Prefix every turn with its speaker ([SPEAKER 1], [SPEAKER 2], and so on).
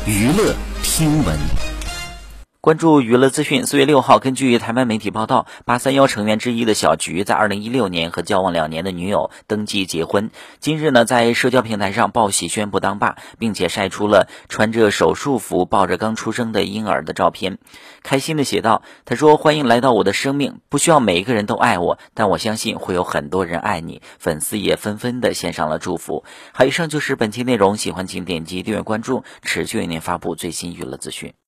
[SPEAKER 1] 娱乐听闻。
[SPEAKER 2] 关注娱乐资讯。4月6号，根据台湾媒体报道，831成员之一的小菊在2016年和交往2年的女友登记结婚。今日呢，在社交平台上报喜宣布当爸，并且晒出了穿着手术服抱着刚出生的婴儿的照片，开心的写道：“他说，欢迎来到我的生命，不需要每一个人都爱我，但我相信会有很多人爱你。”粉丝也纷纷的献上了祝福。好，以上就是本期内容，喜欢请点击订阅关注，持续为您发布最新娱乐资讯。